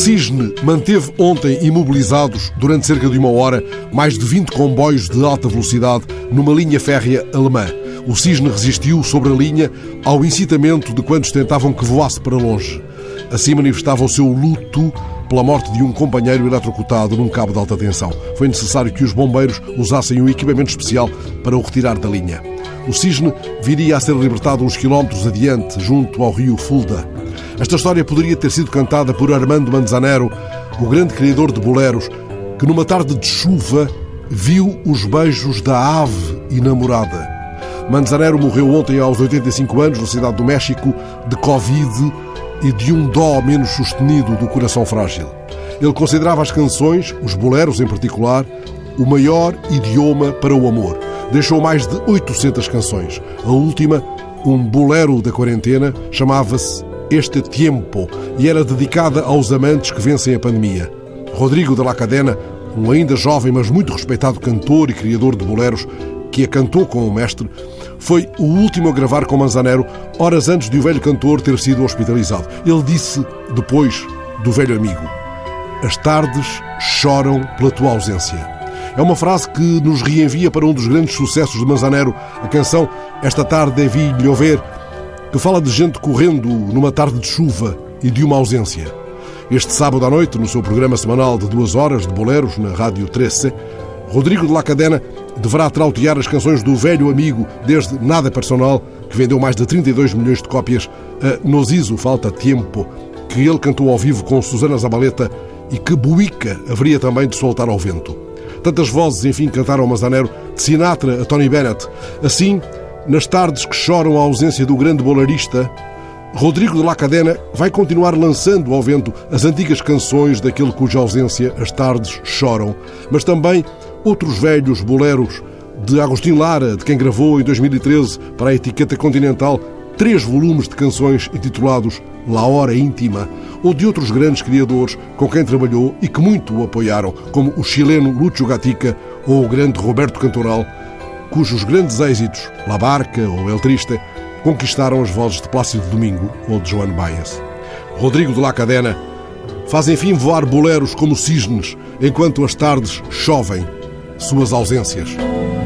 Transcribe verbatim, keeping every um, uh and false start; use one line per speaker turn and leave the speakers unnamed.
Cisne manteve ontem imobilizados, durante cerca de uma hora, mais de vinte comboios de alta velocidade numa linha férrea alemã. O Cisne resistiu sobre a linha ao incitamento de quantos tentavam que voasse para longe. Assim manifestava o seu luto pela morte de um companheiro eletrocutado num cabo de alta tensão. Foi necessário que os bombeiros usassem um equipamento especial para o retirar da linha. O Cisne viria a ser libertado uns quilómetros adiante, junto ao rio Fulda. Esta história poderia ter sido cantada por Armando Manzanero, o grande criador de boleros, que numa tarde de chuva viu os beijos da ave enamorada. Manzanero morreu ontem aos oitenta e cinco anos, na cidade do México, de Covid e de um dó menos sustenido do coração frágil. Ele considerava as canções, os boleros em particular, o maior idioma para o amor. Deixou mais de oitocentas canções. A última, um bolero da quarentena, chamava-se Este Tiempo e era dedicada aos amantes que vencem a pandemia. Rodrigo de la Cadena, um ainda jovem mas muito respeitado cantor e criador de boleros, que a cantou com o mestre, foi o último a gravar com Manzanero, horas antes de o velho cantor ter sido hospitalizado. Ele disse, depois do velho amigo: "As tardes choram pela tua ausência." É uma frase que nos reenvia para um dos grandes sucessos de Manzanero, a canção Esta Tarde é Vi Llover, que fala de gente correndo numa tarde de chuva e de uma ausência. Este sábado à noite, no seu programa semanal de duas horas de boleros na Rádio treze, Rodrigo de la Cadena deverá trautear as canções do velho amigo, desde Nada Personal, que vendeu mais de trinta e dois milhões de cópias, a Nos hizo falta tiempo, que ele cantou ao vivo com Susana Zabaleta e que Buica haveria também de soltar ao vento. Tantas vozes, enfim, cantaram Manzanero, de Sinatra a Tony Bennett. Assim, nas tardes que choram a ausência do grande bolarista, Rodrigo de la Cadena vai continuar lançando ao vento as antigas canções daquele cuja ausência as tardes choram, mas também outros velhos boleros de Agostinho Lara, de quem gravou em dois mil e treze para a etiqueta Continental três volumes de canções intitulados La Hora Íntima, ou de outros grandes criadores com quem trabalhou e que muito o apoiaram, como o chileno Lúcio Gatica ou o grande Roberto Cantoral, cujos grandes êxitos, La Barca ou El Triste, conquistaram as vozes de Plácido Domingo ou de Joan Baez. Rodrigo de la Cadena faz enfim voar boleros como cisnes, enquanto as tardes chovem suas ausências.